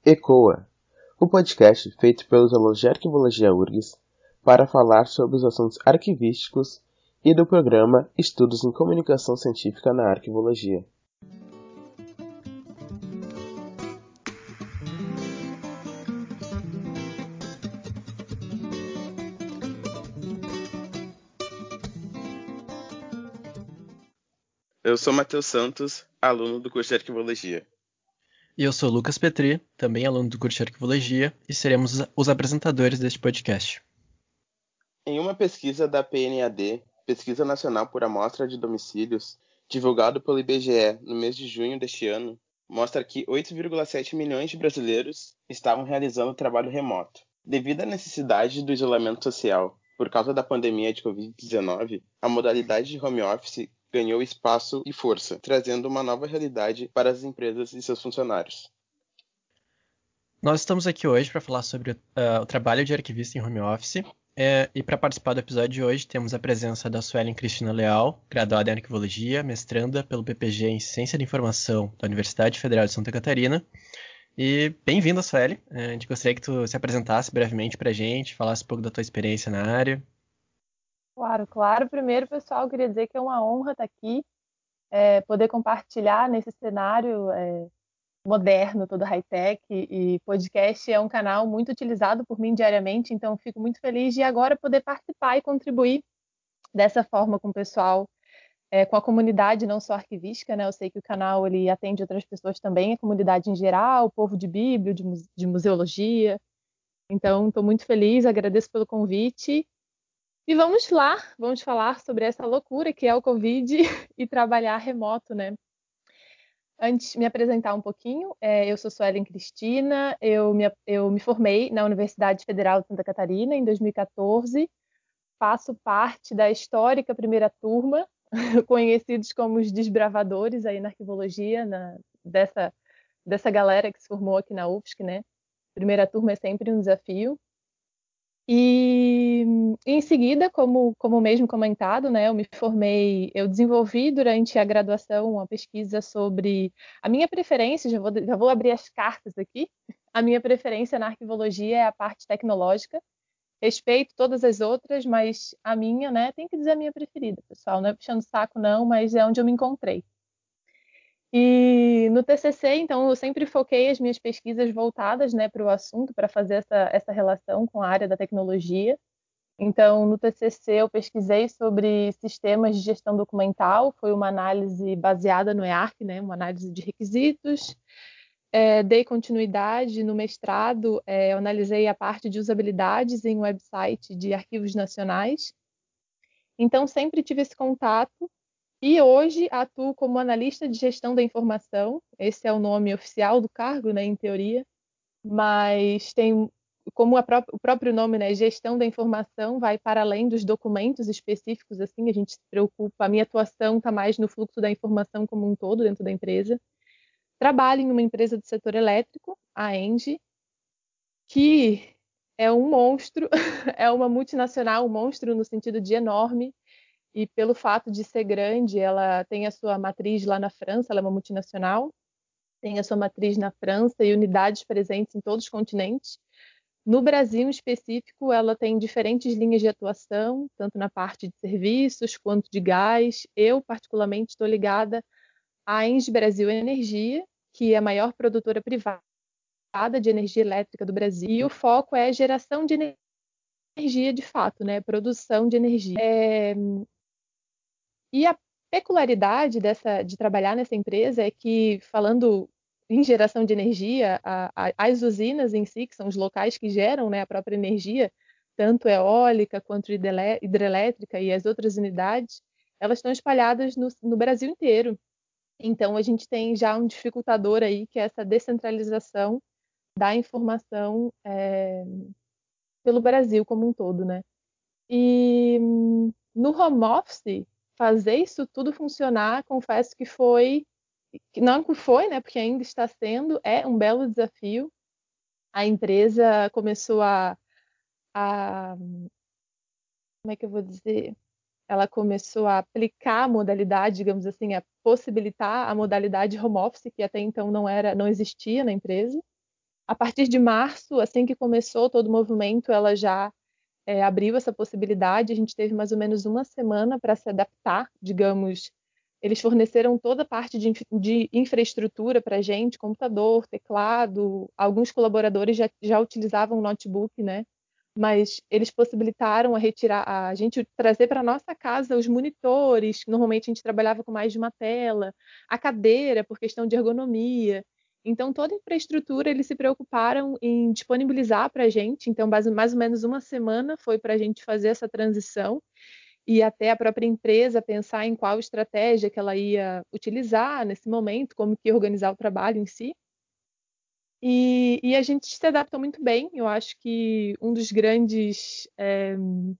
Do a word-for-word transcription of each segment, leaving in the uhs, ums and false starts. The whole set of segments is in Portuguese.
ECOA, o podcast feito pelos alunos de Arquivologia U R G S para falar sobre os assuntos arquivísticos e do programa Estudos em Comunicação Científica na Arquivologia. Eu sou Matheus Santos, aluno do curso de Arquivologia. E eu sou Lucas Petri, também aluno do curso de Arquivologia, e seremos os apresentadores deste podcast. Em uma pesquisa da P N A D, Pesquisa Nacional por Amostra de Domicílios, divulgado pelo I B G E no mês de junho deste ano, mostra que oito vírgula sete milhões de brasileiros estavam realizando trabalho remoto. Devido à necessidade do isolamento social por causa da pandemia de covid dezenove, a modalidade de home office ganhou espaço e força, trazendo uma nova realidade para as empresas e seus funcionários. Nós estamos aqui hoje para falar sobre uh, o trabalho de arquivista em home office. É, e para participar do episódio de hoje, temos a presença da Suelen Cristina Leal, graduada em Arquivologia, mestranda pelo P P G em Ciência da Informação da Universidade Federal de Santa Catarina. E bem-vinda, Suelen. A gente gostaria que tu se apresentasse brevemente para a gente, falasse um pouco da tua experiência na área. Claro, claro. Primeiro, pessoal, eu queria dizer que é uma honra estar aqui, é, poder compartilhar nesse cenário é, moderno, todo high-tech, e podcast é um canal muito utilizado por mim diariamente, então fico muito feliz de agora poder participar e contribuir dessa forma com o pessoal, é, com a comunidade, não só arquivística, né? Eu sei que o canal ele atende outras pessoas também, a comunidade em geral, o povo de Bíblia, de, muse- de museologia. Então, estou muito feliz, agradeço pelo convite. E vamos lá, vamos falar sobre essa loucura que é o Covid e trabalhar remoto, né? Antes de me apresentar um pouquinho, é, eu sou Suelen Cristina, eu me, eu me formei na Universidade Federal de Santa Catarina em dois mil e quatorze, faço parte da histórica primeira turma, conhecidos como os desbravadores aí na arquivologia, na, dessa, dessa galera que se formou aqui na U F S C, né? Primeira turma é sempre um desafio. E em seguida, como, como mesmo comentado, né, eu me formei, eu desenvolvi durante a graduação uma pesquisa sobre a minha preferência, já vou, já vou abrir as cartas aqui, a minha preferência na arquivologia é a parte tecnológica, respeito todas as outras, mas a minha, né, tem que dizer a minha preferida, pessoal, não é puxando saco não, mas é onde eu me encontrei. E no T C C, então, eu sempre foquei as minhas pesquisas voltadas, né, para o assunto, para fazer essa, essa relação com a área da tecnologia. Então, no T C C, eu pesquisei sobre sistemas de gestão documental, foi uma análise baseada no E A R C, né, uma análise de requisitos. É, dei continuidade no mestrado, é, eu analisei a parte de usabilidades em website de arquivos nacionais. Então, sempre tive esse contato. E hoje atuo como analista de gestão da informação. Esse é o nome oficial do cargo, né, em teoria. Mas tem, como pró o próprio nome, né, gestão da informação, vai para além dos documentos específicos. Assim, a gente se preocupa. A minha atuação está mais no fluxo da informação como um todo dentro da empresa. Trabalho em uma empresa do setor elétrico, a Engie, que é um monstro, é uma multinacional, um monstro no sentido de enorme. E pelo fato de ser grande, ela tem a sua matriz lá na França, ela é uma multinacional, tem a sua matriz na França e unidades presentes em todos os continentes. No Brasil, em específico, ela tem diferentes linhas de atuação, tanto na parte de serviços quanto de gás. Eu, particularmente, estou ligada à Engie Brasil Energia, que é a maior produtora privada de energia elétrica do Brasil. E o foco é geração de energia de fato, né? Produção de energia. É... E a peculiaridade dessa, de trabalhar nessa empresa é que, falando em geração de energia, a, a, as usinas em si, que são os locais que geram, né, a própria energia, tanto eólica quanto hidrelétrica e as outras unidades, elas estão espalhadas no, no Brasil inteiro. Então, a gente tem já um dificultador aí, que é essa descentralização da informação é, pelo Brasil como um todo, né? E no home office, fazer isso tudo funcionar, confesso que foi, que não que foi, né? Porque ainda está sendo, é um belo desafio. A empresa começou a, a como é que eu vou dizer? Ela começou a aplicar a modalidade, digamos assim, a possibilitar a modalidade home office, que até então não era, não existia na empresa. A partir de março, assim que começou todo o movimento, ela já é, abriu essa possibilidade. A gente teve mais ou menos uma semana para se adaptar, digamos. Eles forneceram toda a parte de, de infraestrutura para a gente, computador, teclado. Alguns colaboradores já, já utilizavam notebook, né? Mas eles possibilitaram a retirar, a gente trazer para nossa casa os monitores. Normalmente a gente trabalhava com mais de uma tela, a cadeira por questão de ergonomia. Então toda a infraestrutura eles se preocuparam em disponibilizar para a gente. Então mais, mais ou menos uma semana foi para a gente fazer essa transição e até a própria empresa pensar em qual estratégia que ela ia utilizar nesse momento, como que organizar o trabalho em si. E, e a gente se adapta muito bem. Eu acho que um dos grandes é,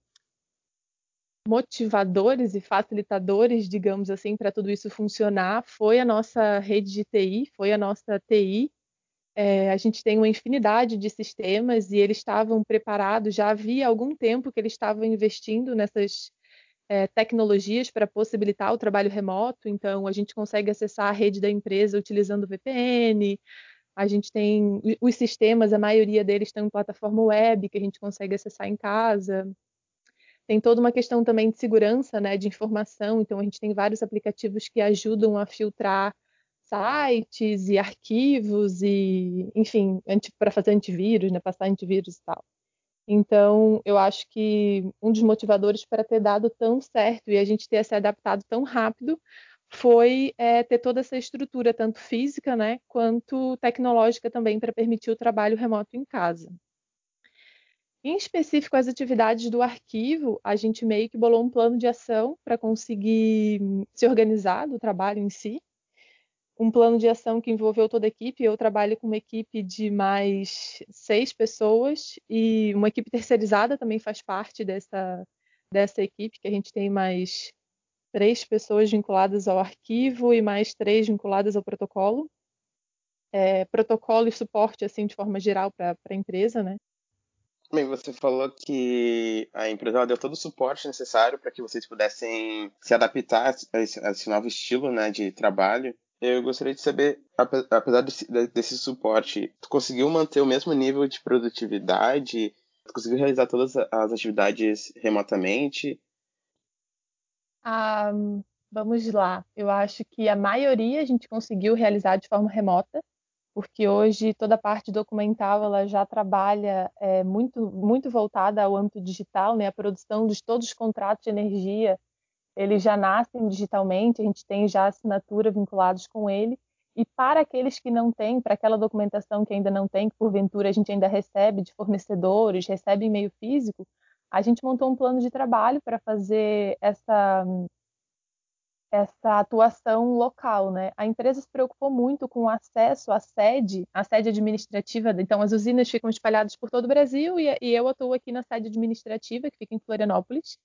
motivadores e facilitadores, digamos assim, para tudo isso funcionar foi a nossa rede de T I, foi a nossa T I. É, a gente tem uma infinidade de sistemas e eles estavam preparados, já havia algum tempo que eles estavam investindo nessas é, tecnologias para possibilitar o trabalho remoto. Então, a gente consegue acessar a rede da empresa utilizando o V P N. A gente tem os sistemas, a maioria deles tem uma plataforma web que a gente consegue acessar em casa. Tem toda uma questão também de segurança, né, de informação. Então, a gente tem vários aplicativos que ajudam a filtrar sites e arquivos e, enfim, para fazer antivírus, né, passar antivírus e tal. Então, eu acho que um dos motivadores para ter dado tão certo e a gente ter se adaptado tão rápido foi é, ter toda essa estrutura, tanto física, né, quanto tecnológica também, para permitir o trabalho remoto em casa. Em específico, as atividades do arquivo, a gente meio que bolou um plano de ação para conseguir se organizar do trabalho em si. Um plano de ação que envolveu toda a equipe. Eu trabalho com uma equipe de mais seis pessoas e uma equipe terceirizada também faz parte dessa, dessa equipe, que a gente tem mais três pessoas vinculadas ao arquivo e mais três vinculadas ao protocolo. É, protocolo e suporte, assim, de forma geral para a empresa, né? Bem, você falou que a empresa ela deu todo o suporte necessário para que vocês pudessem se adaptar a esse, a esse novo estilo, né, de trabalho. Eu gostaria de saber, ape- apesar desse, desse suporte, tu conseguiu manter o mesmo nível de produtividade? Tu conseguiu realizar todas as atividades remotamente? Ah, vamos lá. Eu acho que a maioria a gente conseguiu realizar de forma remota, porque hoje toda a parte documental ela já trabalha é, muito, muito voltada ao âmbito digital, né? A produção de todos os contratos de energia, eles já nascem digitalmente, a gente tem já assinatura vinculados com ele. E para aqueles que não têm, para aquela documentação que ainda não tem, que porventura a gente ainda recebe de fornecedores, recebe em meio físico, a gente montou um plano de trabalho para fazer essa essa atuação local, né? A empresa se preocupou muito com o acesso à sede, à sede administrativa. Então, as usinas ficam espalhadas por todo o Brasil e, e eu atuo aqui na sede administrativa, que fica em Florianópolis.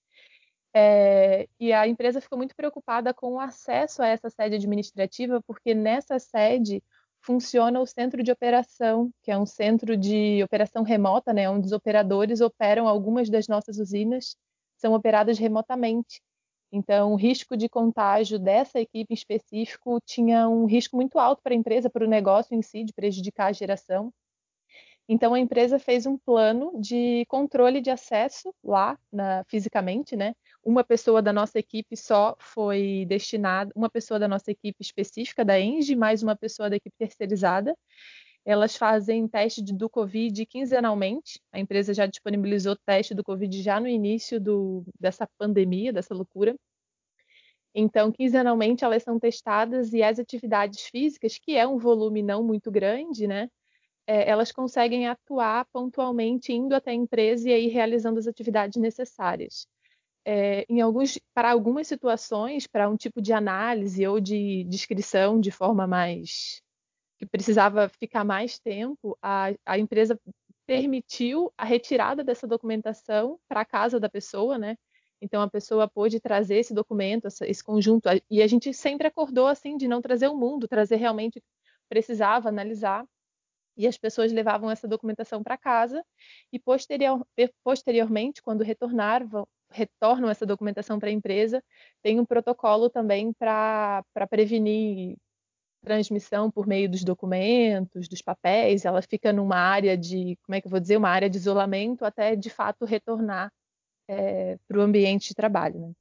É, e a empresa ficou muito preocupada com o acesso a essa sede administrativa, porque nessa sede funciona o centro de operação, que é um centro de operação remota, né, onde os operadores operam algumas das nossas usinas, são operadas remotamente. Então, o risco de contágio dessa equipe em específico tinha um risco muito alto para a empresa, para o negócio em si, de prejudicar a geração. Então, a empresa fez um plano de controle de acesso lá, na, fisicamente, né? Uma pessoa da nossa equipe só foi destinada, uma pessoa da nossa equipe específica, da Engie, mais uma pessoa da equipe terceirizada. Elas fazem teste do Covid quinzenalmente. A empresa já disponibilizou teste do Covid já no início do, dessa pandemia, dessa loucura. Então, quinzenalmente, elas são testadas e as atividades físicas, que é um volume não muito grande, né? É, elas conseguem atuar pontualmente indo até a empresa e aí realizando as atividades necessárias. É, em alguns, para algumas situações, para um tipo de análise ou de descrição de forma mais que precisava ficar mais tempo, a, a empresa permitiu a retirada dessa documentação para a casa da pessoa, né? Então a pessoa pôde trazer esse documento, esse conjunto, e a gente sempre acordou assim de não trazer o mundo, trazer realmente o que precisava analisar. E as pessoas levavam essa documentação para casa e posterior, posteriormente, quando retornavam, retornam essa documentação para a empresa, tem um protocolo também para prevenir transmissão por meio dos documentos, dos papéis, ela fica numa área de, como é que eu vou dizer, uma área de isolamento até de fato retornar é, para o ambiente de trabalho, né?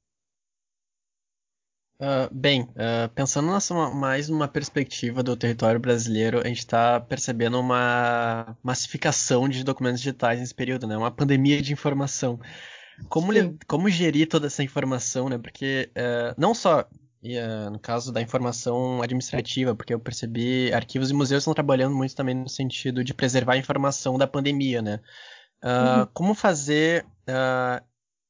Uh, bem, uh, pensando nessa, mais numa perspectiva do território brasileiro, a gente está percebendo uma massificação de documentos digitais nesse período, né? Uma pandemia de informação. Como, como gerir toda essa informação, né? Porque uh, não só uh, no caso da informação administrativa, porque eu percebi arquivos e museus estão trabalhando muito também no sentido de preservar a informação da pandemia, né? Uh, uhum. Como fazer uh,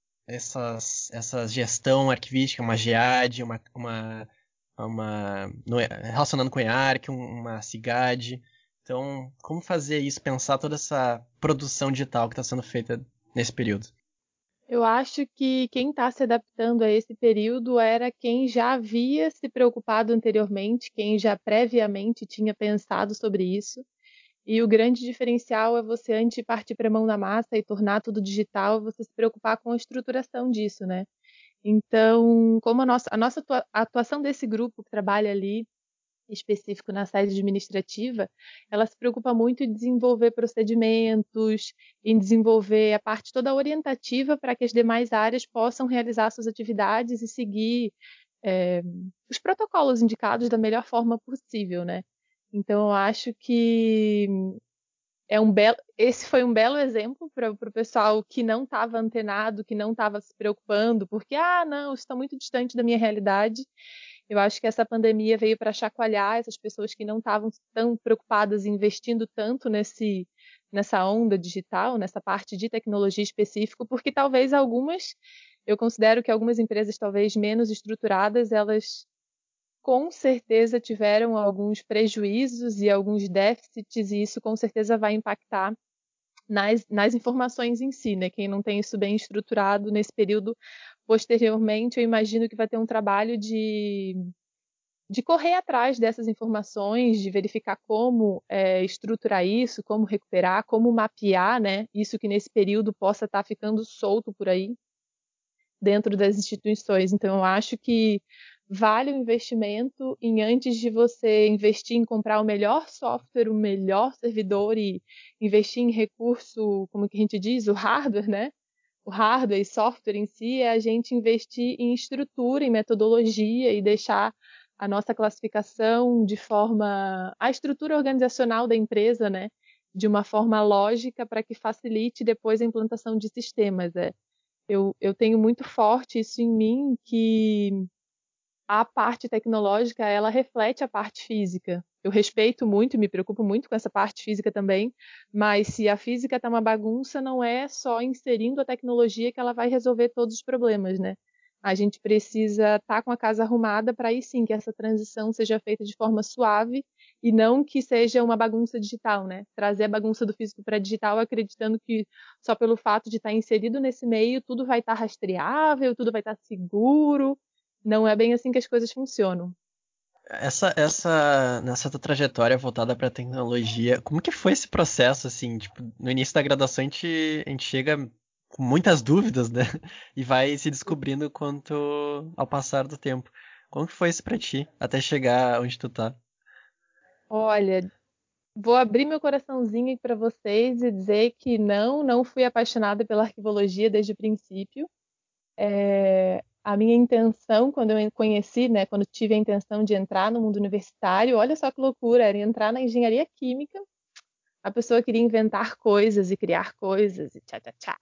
essas, essa gestão arquivística, uma GEAD, uma, uma, uma no, relacionando com o EARC, uma CIGAD. Então, como fazer isso, pensar toda essa produção digital que está sendo feita nesse período? Eu acho que quem está se adaptando a esse período era quem já havia se preocupado anteriormente, quem já previamente tinha pensado sobre isso. E o grande diferencial é você, antes de partir para a mão na massa e tornar tudo digital, você se preocupar com a estruturação disso, né? Então, como a nossa, a nossa atuação desse grupo que trabalha ali, específico na sede administrativa, ela se preocupa muito em desenvolver procedimentos, em desenvolver a parte toda orientativa para que as demais áreas possam realizar suas atividades e seguir é, os protocolos indicados da melhor forma possível, né? Então, eu acho que é um belo, esse foi um belo exemplo para o pessoal que não estava antenado, que não estava se preocupando, porque, ah, não, isso está muito distante da minha realidade. Eu acho que essa pandemia veio para chacoalhar essas pessoas que não estavam tão preocupadas investindo tanto nesse, nessa onda digital, nessa parte de tecnologia específica, porque talvez algumas, eu considero que algumas empresas talvez menos estruturadas, elas com certeza tiveram alguns prejuízos e alguns déficits, e isso com certeza vai impactar nas, nas informações em si, né? Quem não tem isso bem estruturado nesse período, posteriormente, eu imagino que vai ter um trabalho de, de correr atrás dessas informações, de verificar como é, estruturar isso, como recuperar, como mapear, né? Isso que nesse período possa estar ficando solto por aí dentro das instituições. Então, eu acho que vale o investimento em, antes de você investir em comprar o melhor software, o melhor servidor e investir em recurso, como que a gente diz, o hardware, né? O hardware e software em si é a gente investir em estrutura, em metodologia e deixar a nossa classificação de forma... a estrutura organizacional da empresa, né? De uma forma lógica para que facilite depois a implantação de sistemas. É. Eu, eu tenho muito forte isso em mim, que a parte tecnológica, ela reflete a parte física. Eu respeito muito e me preocupo muito com essa parte física também, mas se a física está uma bagunça, não é só inserindo a tecnologia que ela vai resolver todos os problemas, né? A gente precisa estar tá com a casa arrumada para aí sim que essa transição seja feita de forma suave e não que seja uma bagunça digital, né? Trazer a bagunça do físico para digital acreditando que só pelo fato de estar tá inserido nesse meio, tudo vai estar tá rastreável, tudo vai estar tá seguro. Não é bem assim que as coisas funcionam. Essa, essa, nessa tua trajetória voltada para a tecnologia, como que foi esse processo, assim, tipo, no início da graduação a gente, a gente chega com muitas dúvidas, né, e vai se descobrindo quanto ao passar do tempo. Como que foi isso para ti, até chegar onde tu tá? Olha, vou abrir meu coraçãozinho para vocês e dizer que não, não fui apaixonada pela arquivologia desde o princípio. É, a minha intenção, quando eu conheci, né, quando tive a intenção de entrar no mundo universitário, olha só que loucura, era entrar na engenharia química. A pessoa queria inventar coisas e criar coisas e tchá, tchá, tchá.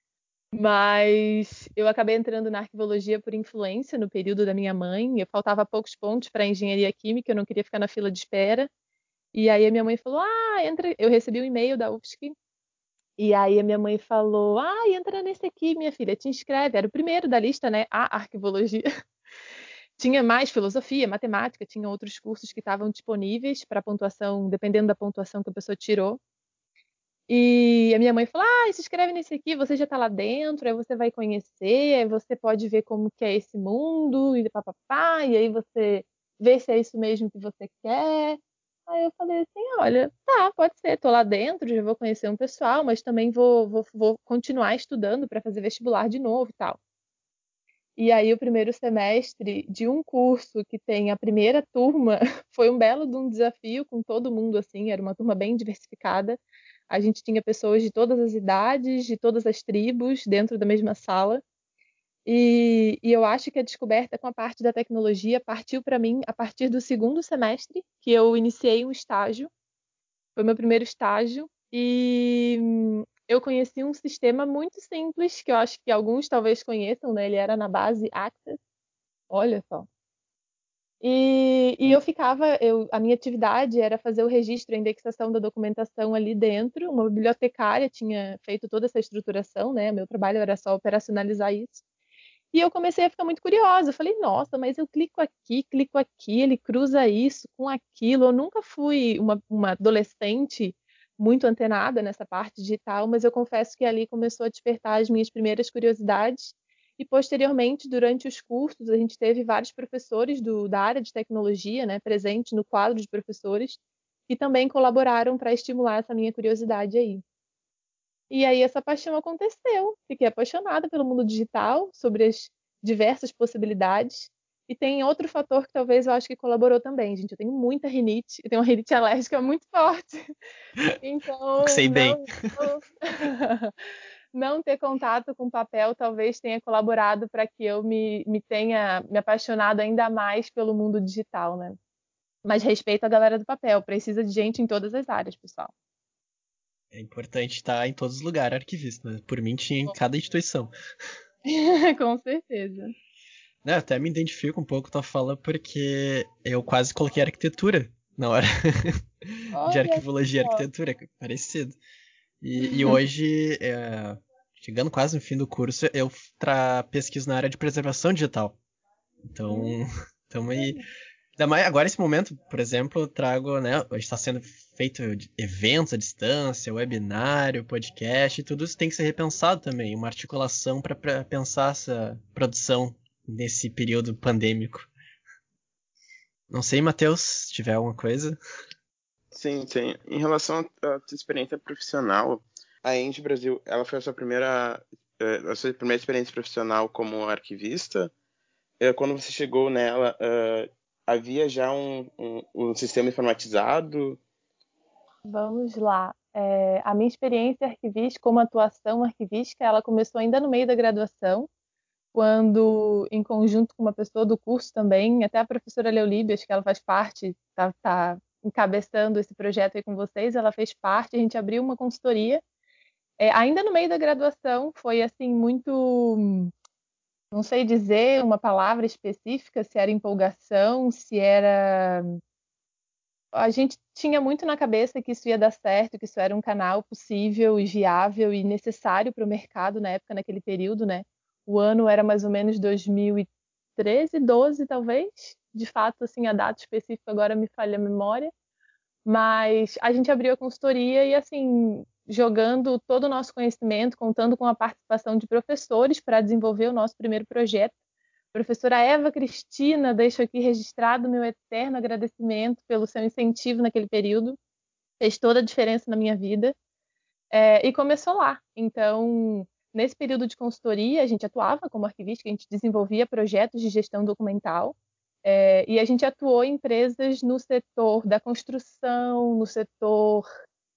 Mas eu acabei entrando na arquivologia por influência no período da minha mãe. Eu faltava poucos pontos para a engenharia química, eu não queria ficar na fila de espera. E aí a minha mãe falou: ah, entra. Eu recebi um e-mail da U F S C. E aí a minha mãe falou: ah, entra nesse aqui, minha filha, te inscreve. Era o primeiro da lista, né? A arquivologia. Tinha mais filosofia, matemática, tinha outros cursos que estavam disponíveis para pontuação, dependendo da pontuação que a pessoa tirou. E a minha mãe falou: ah, se inscreve nesse aqui, você já está lá dentro, aí você vai conhecer, aí você pode ver como que é esse mundo, e papapá, e aí você vê se é isso mesmo que você quer. Aí eu falei assim: olha, tá, pode ser, tô lá dentro, já vou conhecer um pessoal, mas também vou, vou, vou continuar estudando para fazer vestibular de novo e tal. E aí o primeiro semestre de um curso que tem a primeira turma foi um belo de um desafio com todo mundo, assim, era uma turma bem diversificada. A gente tinha pessoas de todas as idades, de todas as tribos, dentro da mesma sala. E, e eu acho que a descoberta com a parte da tecnologia partiu para mim a partir do segundo semestre, que eu iniciei um estágio. Foi meu primeiro estágio. E hum, eu conheci um sistema muito simples, que eu acho que alguns talvez conheçam, né? Ele era na base Access. Olha só. E, e eu ficava, eu, a minha atividade era fazer o registro, a indexação da documentação ali dentro. Uma bibliotecária tinha feito toda essa estruturação, né? Meu trabalho era só operacionalizar isso. E eu comecei a ficar muito curiosa. Eu falei, nossa, mas eu clico aqui, clico aqui, ele cruza isso com aquilo. Eu nunca fui uma, uma adolescente muito antenada nessa parte digital, mas eu confesso que ali começou a despertar as minhas primeiras curiosidades. E posteriormente, durante os cursos, a gente teve vários professores do, da área de tecnologia, né, presentes no quadro de professores, que também colaboraram para estimular essa minha curiosidade aí. E aí essa paixão aconteceu. Fiquei apaixonada pelo mundo digital, sobre as diversas possibilidades. E tem outro fator que talvez eu acho que colaborou também, gente. Eu tenho muita rinite, eu tenho uma rinite alérgica muito forte. Então, Sei bem. não, não, não ter contato com papel talvez tenha colaborado para que eu me, me tenha me apaixonado ainda mais pelo mundo digital, né? Mas respeito a galera do papel, precisa de gente em todas as áreas, pessoal. É importante estar em todos os lugares, arquivista. Né? Por mim, tinha em cada instituição. Com certeza. Né, eu até me identifico um pouco com a tua fala, porque eu quase coloquei arquitetura na hora de Olha arquivologia e só. arquitetura, é parecido. E, e hoje, é, chegando quase no fim do curso, eu tra pesquiso na área de preservação digital. Então, estamos aí. Ainda mais agora, esse momento, por exemplo, eu trago, né? Está sendo feito eventos à distância, webinário, podcast, e tudo isso tem que ser repensado também. Uma articulação para pensar essa produção nesse período pandêmico. Não sei, Matheus, se tiver alguma coisa. Sim, sim. Em relação à tua experiência profissional, a Engie Brasil, ela foi a sua primeira, a sua primeira experiência profissional como arquivista? Quando você chegou nela, havia já um, um, um sistema informatizado? Vamos lá. É, a minha experiência arquivista, como atuação arquivística, ela começou ainda no meio da graduação, quando, em conjunto com uma pessoa do curso também, até a professora Leolíbia, acho que ela faz parte, está tá encabeçando esse projeto aí com vocês, ela fez parte, a gente abriu uma consultoria. É, ainda no meio da graduação, foi assim, muito, não sei dizer uma palavra específica, se era empolgação, se era... A gente tinha muito na cabeça que isso ia dar certo, que isso era um canal possível e viável e necessário para o mercado na época, naquele período, né? O ano era mais ou menos dois mil e treze, doze talvez. De fato, assim, a data específica agora me falha a memória. Mas a gente abriu a consultoria e, assim, jogando todo o nosso conhecimento, contando com a participação de professores para desenvolver o nosso primeiro projeto. Professora Eva Cristina, deixo aqui registrado meu eterno agradecimento pelo seu incentivo naquele período. Fez toda a diferença na minha vida. É, e começou lá. Então, nesse período de consultoria, a gente atuava como arquivista, a gente desenvolvia projetos de gestão documental. É, e a gente atuou em empresas no setor da construção, no setor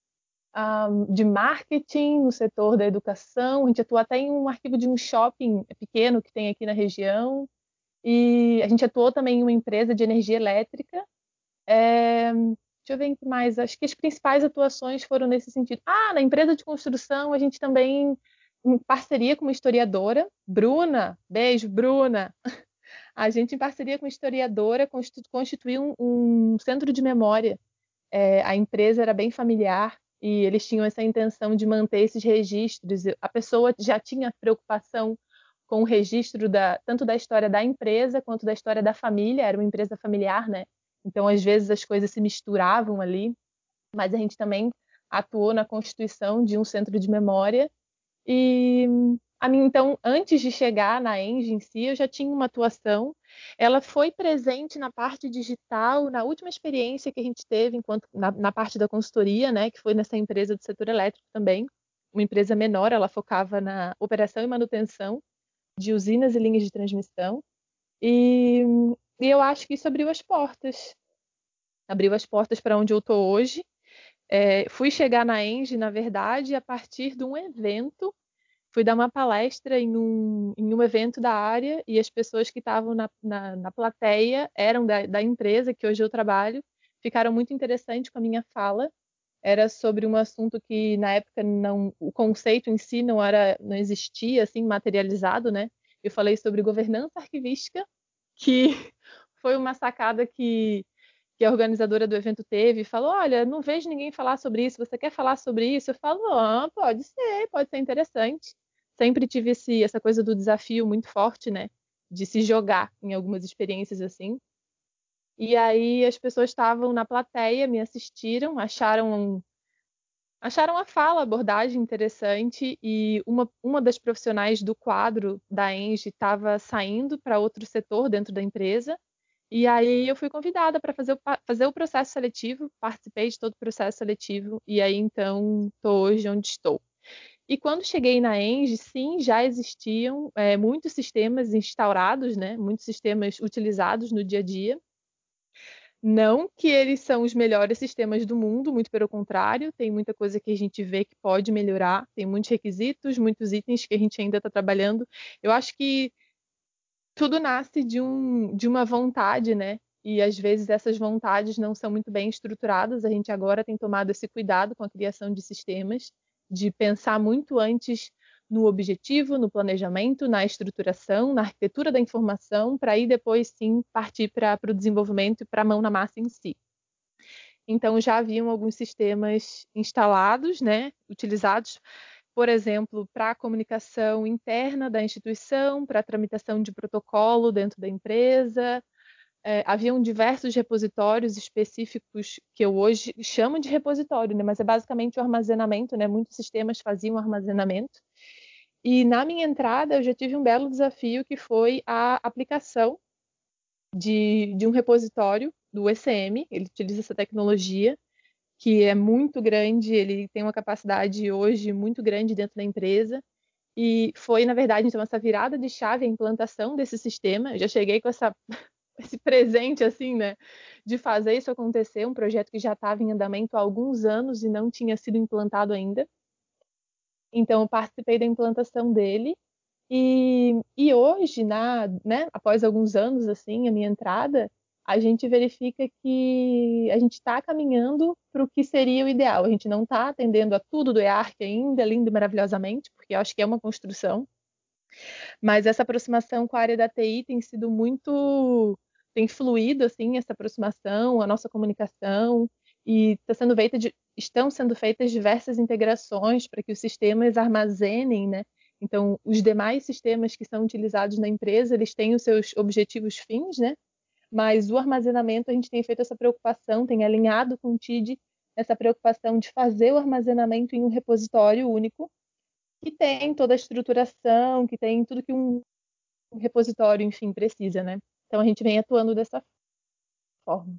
um, de marketing, no setor da educação. A gente atuou até em um arquivo de um shopping pequeno que tem aqui na região. E a gente atuou também em uma empresa de energia elétrica. É, deixa eu ver o que mais. Acho que as principais atuações foram nesse sentido. Ah, na empresa de construção, a gente também, em parceria com uma historiadora, Bruna, beijo, Bruna. A gente, em parceria com a historiadora, constituiu um, um centro de memória. É, a empresa era bem familiar e eles tinham essa intenção de manter esses registros. A pessoa já tinha preocupação com o registro da, tanto da história da empresa quanto da história da família. Era uma empresa familiar, né? Então, às vezes, as coisas se misturavam ali. Mas a gente também atuou na constituição de um centro de memória. E a mim, então, antes de chegar na Engie em si, eu já tinha uma atuação. Ela foi presente na parte digital, na última experiência que a gente teve enquanto na, na parte da consultoria, né, que foi nessa empresa do setor elétrico também, uma empresa menor, ela focava na operação e manutenção, de usinas e linhas de transmissão. E, e eu acho que isso abriu as portas. Abriu as portas para onde eu estou hoje. É, fui chegar na Engie, na verdade, a partir de um evento. Fui dar uma palestra em um, em um evento da área e as pessoas que estavam na, na, na plateia eram da, da empresa que hoje eu trabalho, ficaram muito interessantes com a minha fala. Era sobre um assunto que na época não, o conceito em si não era, não existia assim materializado, né? Eu falei sobre governança arquivística, que foi uma sacada que, que a organizadora do evento teve, e falou: olha, não vejo ninguém falar sobre isso, você quer falar sobre isso? Eu falo: ah, pode ser, pode ser interessante. Sempre tive esse, essa coisa do desafio muito forte, né? De se jogar em algumas experiências assim. E aí as pessoas estavam na plateia, me assistiram, acharam acharam a fala, a abordagem interessante e uma, uma das profissionais do quadro da Engie estava saindo para outro setor dentro da empresa. E aí eu fui convidada para fazer o, fazer o processo seletivo, participei de todo o processo seletivo e aí então estou hoje onde estou. E quando cheguei na Engie, sim, já existiam é, muitos sistemas instaurados, né? Muitos sistemas utilizados no dia a dia. Não que eles são os melhores sistemas do mundo, muito pelo contrário, tem muita coisa que a gente vê que pode melhorar, tem muitos requisitos, muitos itens que a gente ainda está trabalhando. Eu acho que tudo nasce de, um, de uma vontade, né? E às vezes essas vontades não são muito bem estruturadas. A gente agora tem tomado esse cuidado com a criação de sistemas, de pensar muito antes no objetivo, no planejamento, na estruturação, na arquitetura da informação, para aí depois sim partir para o desenvolvimento e para a mão na massa em si. Então já haviam alguns sistemas instalados, né, utilizados, por exemplo, para a comunicação interna da instituição, para a tramitação de protocolo dentro da empresa. É, haviam diversos repositórios específicos que eu hoje chamo de repositório, né, mas é basicamente o armazenamento, né? Muitos sistemas faziam armazenamento. E na minha entrada eu já tive um belo desafio que foi a aplicação de, de um repositório do E C M. Ele utiliza essa tecnologia que é muito grande, ele tem uma capacidade hoje muito grande dentro da empresa. E foi, na verdade, então, essa virada de chave, a implantação desse sistema. Eu já cheguei com essa, esse presente, assim, né, de fazer isso acontecer, um projeto que já estava em andamento há alguns anos e não tinha sido implantado ainda. Então, eu participei da implantação dele. E, e hoje, na, né, após alguns anos, assim, a minha entrada, a gente verifica que a gente está caminhando para o que seria o ideal. A gente não está atendendo a tudo do E A R C ainda, lindo e maravilhosamente, porque eu acho que é uma construção. Mas essa aproximação com a área da T I tem sido muito... tem fluído, assim, essa aproximação, a nossa comunicação, e tá sendo feita de, estão sendo feitas diversas integrações para que os sistemas armazenem, né? Então, os demais sistemas que são utilizados na empresa, eles têm os seus objetivos fins, né? Mas o armazenamento, a gente tem feito essa preocupação, tem alinhado com o T I D essa preocupação de fazer o armazenamento em um repositório único, que tem toda a estruturação, que tem tudo que um repositório, enfim, precisa, né? Então, a gente vem atuando dessa forma.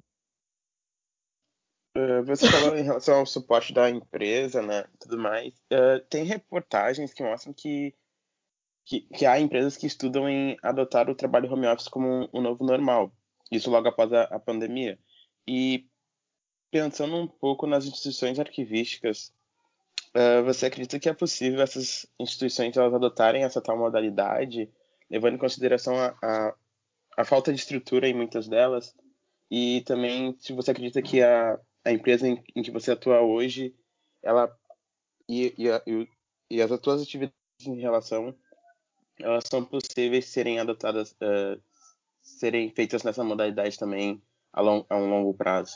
Uh, você falou em relação ao suporte da empresa, né, tudo mais. Uh, tem reportagens que mostram que, que, que há empresas que estudam em adotar o trabalho home office como um, um novo normal. Isso logo após a, a pandemia. E pensando um pouco nas instituições arquivísticas, uh, você acredita que é possível essas instituições elas adotarem essa tal modalidade, levando em consideração a, a, a falta de estrutura em muitas delas? E também se você acredita que a, a empresa em, em que você atua hoje, ela e, e, a, e, e as tuas atividades em relação, elas são possíveis serem adotadas, uh, serem feitas nessa modalidade também a, long, a um longo prazo?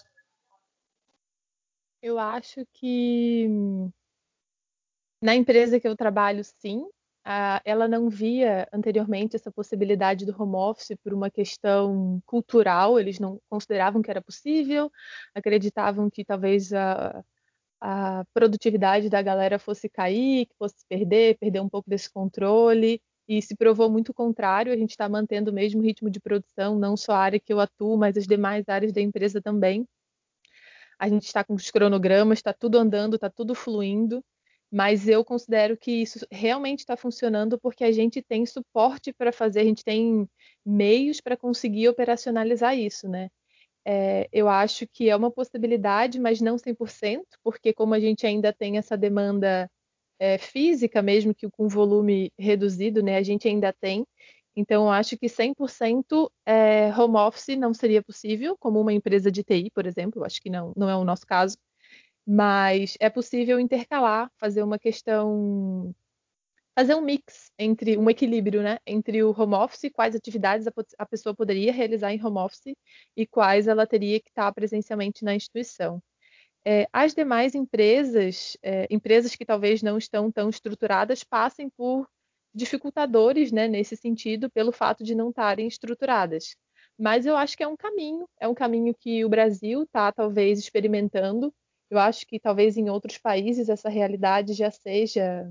Eu acho que na empresa que eu trabalho, sim, ela não via anteriormente essa possibilidade do home office por uma questão cultural, eles não consideravam que era possível, acreditavam que talvez a, a produtividade da galera fosse cair, que fosse perder, perder um pouco desse controle, e se provou muito o contrário, a gente está mantendo o mesmo ritmo de produção, não só a área que eu atuo, mas as demais áreas da empresa também. A gente está com os cronogramas, está tudo andando, está tudo fluindo. mas eu considero que isso realmente está funcionando porque a gente tem suporte para fazer, a gente tem meios para conseguir operacionalizar isso, né? É, eu acho que é uma possibilidade, mas não cem por cento, porque como a gente ainda tem essa demanda é, física, mesmo que com volume reduzido, né, a gente ainda tem. Então, eu acho que cem por cento é, home office não seria possível, como uma empresa de T I, por exemplo, eu acho que não, não é o nosso caso, mas é possível intercalar, fazer uma questão, fazer um mix entre um equilíbrio, né, entre o home office, quais atividades a, a pessoa poderia realizar em home office e quais ela teria que estar presencialmente na instituição. É, as demais empresas, é, empresas que talvez não estão tão estruturadas, passem por dificultadores, né, nesse sentido, pelo fato de não estarem estruturadas. Mas eu acho que é um caminho, é um caminho que o Brasil está talvez experimentando. Eu acho que talvez em outros países essa realidade já seja,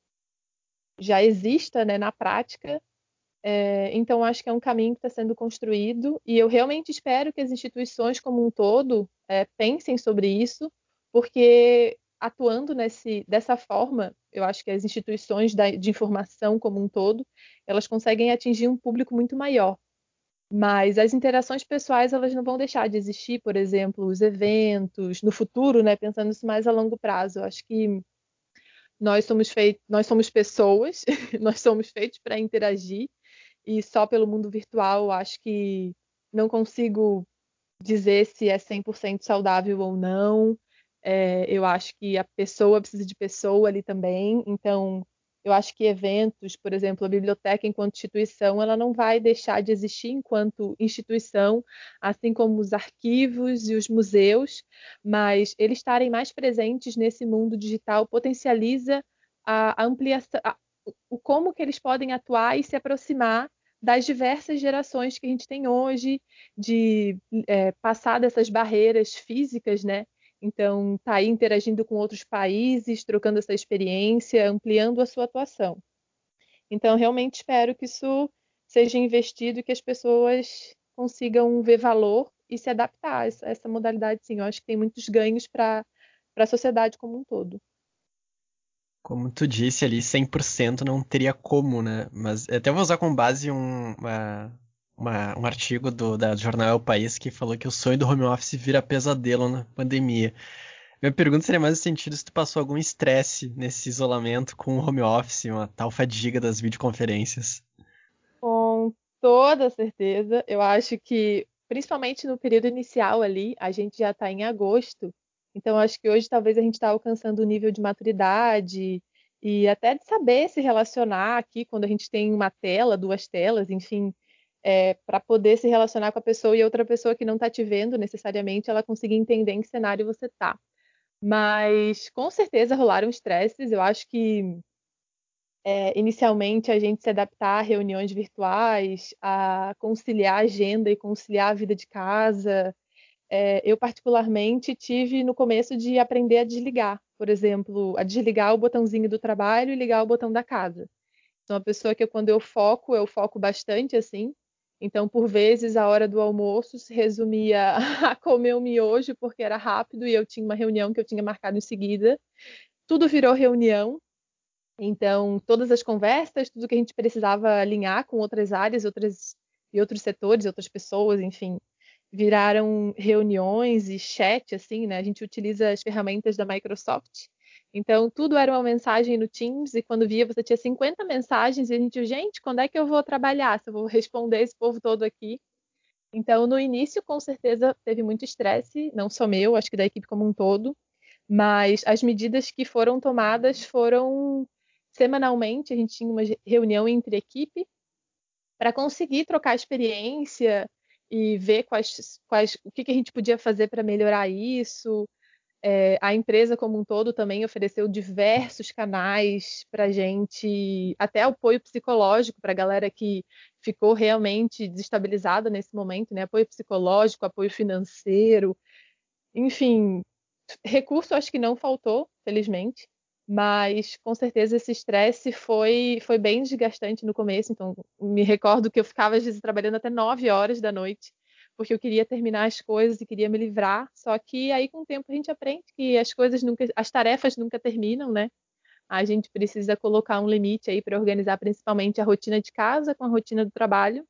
já exista, né, na prática. É, então, acho que é um caminho que está sendo construído e eu realmente espero que as instituições como um todo é, pensem sobre isso, porque atuando nesse, dessa forma, eu acho que as instituições da, de informação como um todo, elas conseguem atingir um público muito maior. Mas as interações pessoais, elas não vão deixar de existir, por exemplo, os eventos, no futuro, né, pensando isso mais a longo prazo. Eu acho que nós somos feitos, nós somos pessoas, nós somos feitos para interagir e só pelo mundo virtual eu acho que não consigo dizer se é cem por cento saudável ou não. É, eu acho que a pessoa precisa de pessoa ali também. Então, eu acho que eventos, por exemplo, a biblioteca enquanto instituição, ela não vai deixar de existir enquanto instituição, assim como os arquivos e os museus, mas eles estarem mais presentes nesse mundo digital potencializa a, a ampliação, a, o como que eles podem atuar e se aproximar das diversas gerações que a gente tem hoje, de é, passar dessas barreiras físicas, né? Então, tá aí interagindo com outros países, trocando essa experiência, ampliando a sua atuação. Então, realmente espero que isso seja investido e que as pessoas consigam ver valor e se adaptar a essa, a essa modalidade, sim. Eu acho que tem muitos ganhos para para a sociedade como um todo. Como tu disse ali, cem por cento não teria como, né? Mas até vou usar como base um, uma, uma- um artigo do, da do jornal É o País que falou que o sonho do home office vira pesadelo na pandemia. Minha pergunta seria mais no sentido se tu passou algum estresse nesse isolamento com o home office, uma tal fadiga das videoconferências. Com toda certeza, eu acho que, principalmente no período inicial ali, a gente já está em agosto, então acho que hoje talvez a gente está alcançando o nível de maturidade e até de saber se relacionar aqui quando a gente tem uma tela, duas telas, enfim, é, para poder se relacionar com a pessoa e outra pessoa que não está te vendo necessariamente, ela conseguir entender em que cenário você está. Mas com certeza rolaram estresses, eu acho que é, inicialmente a gente se adaptar a reuniões virtuais, a conciliar a agenda e conciliar a vida de casa. É, eu, particularmente, tive no começo de aprender a desligar, por exemplo, a desligar o botãozinho do trabalho e ligar o botão da casa. Sou uma pessoa que, quando eu foco, eu foco bastante assim. Então, por vezes, a hora do almoço se resumia a comer um miojo, porque era rápido e eu tinha uma reunião que eu tinha marcado em seguida. Tudo virou reunião. Então, todas as conversas, tudo que a gente precisava alinhar com outras áreas, outras e outros setores, outras pessoas, enfim, viraram reuniões e chat, assim, né? A gente utiliza as ferramentas da Microsoft. Então, tudo era uma mensagem no Teams e quando via você tinha cinquenta mensagens e a gente, gente, quando é que eu vou trabalhar? Se eu vou responder esse povo todo aqui? Então, no início, com certeza, teve muito estresse, não só meu, acho que da equipe como um todo, mas as medidas que foram tomadas foram semanalmente, a gente tinha uma reunião entre equipe para conseguir trocar experiência e ver quais, quais, o que, que a gente podia fazer para melhorar isso. É, a empresa como um todo também ofereceu diversos canais para a gente, até apoio psicológico para a galera que ficou realmente desestabilizada nesse momento, né? Apoio psicológico, apoio financeiro, enfim, recurso acho que não faltou, felizmente, mas com certeza esse estresse foi, foi bem desgastante no começo. Então, me recordo que eu ficava às vezes trabalhando até nove horas da noite, porque eu queria terminar as coisas e queria me livrar. Só que aí, com o tempo, a gente aprende que as coisas nunca, as tarefas nunca terminam, né? a gente precisa colocar um limite aí para organizar principalmente a rotina de casa com a rotina do trabalho.